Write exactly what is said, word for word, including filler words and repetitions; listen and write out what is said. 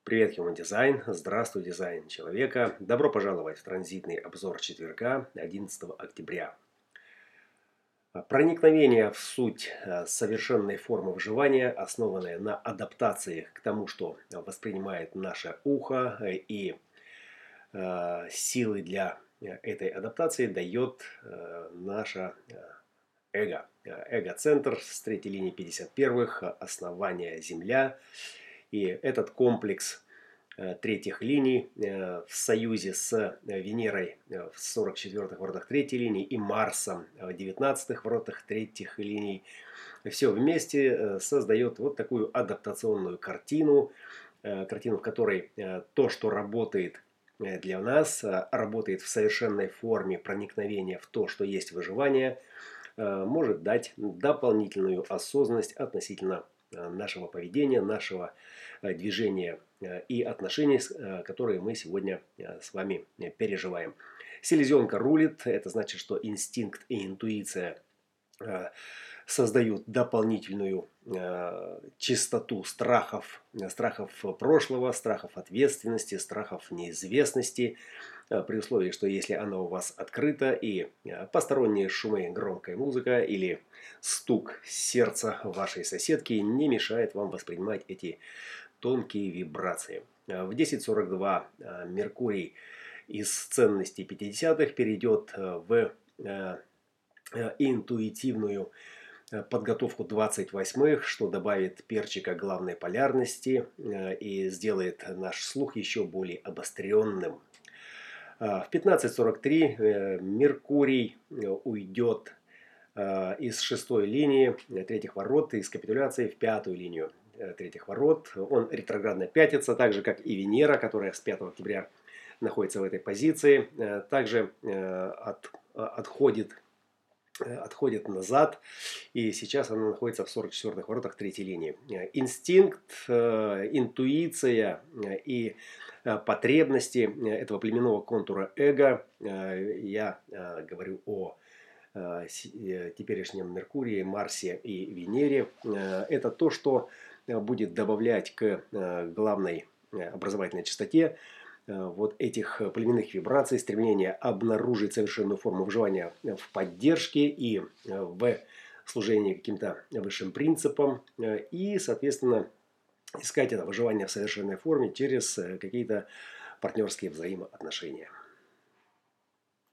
Привет, Human Design. Здравствуй, дизайн человека. Добро пожаловать в транзитный обзор четверга, одиннадцатого октября. Проникновение в суть э, совершенной формы выживания, основанное на адаптации к тому, что воспринимает наше ухо, э, и э, силы для э, этой адаптации дает э, наше э, эго. Э, Эго-центр с третьей линии пятьдесят первых, основание Земля. И этот комплекс э, третьих линий э, в союзе с э, Венерой э, в сорок четвёртых воротах третьей линии и Марсом в девятнадцатых воротах третьих линий. Все вместе э, создает вот такую адаптационную картину, э, картину, в которой э, то, что работает э, для нас, э, работает в совершенной форме проникновения в то, что есть выживание, э, может дать дополнительную осознанность относительно э, нашего поведения, нашего э, движения э, и отношений, с- э, которые мы сегодня э, с вами э, переживаем. Селезенка рулит, это значит, что инстинкт и интуиция э, создают дополнительную э, чистоту страхов, э, страхов прошлого, страхов ответственности, страхов неизвестности, э, при условии, что если оно у вас открыто и э, посторонние шумы, громкая музыка или стук сердца вашей соседки не мешает вам воспринимать эти тонкие вибрации. Э, В десять сорок два э, Меркурий из ценностей пятидесятых перейдет э, в э, э, интуитивную э, подготовку двадцать восьмых, что добавит перчика главной полярности э, и сделает наш слух еще более обостренным. А, В пятнадцать сорок три э, Меркурий э, уйдет э, из шестой линии э, третьих ворот, из капитуляции в пятую линию э, третьих ворот. Он ретроградно пятится, так же как и Венера, которая с пятого октября находится в этой позиции. Э, Также э, от, отходит э, отходит назад, и сейчас она находится в сорок четвёртых воротах третьей линии. Э, Инстинкт, э, интуиция э, и э, потребности э, этого племенного контура эго, э, я э, говорю о э, с- э, теперешнем Меркурии, Марсе и Венере, э, это то, что э, будет добавлять к э, главной э, образовательной частоте э, вот этих э, племенных вибраций, стремление обнаружить совершенную форму выживания э, в поддержке и э, в служении каким-то высшим принципам, э, и, соответственно, искать это выживание в совершенной форме через э, какие-то партнерские взаимоотношения.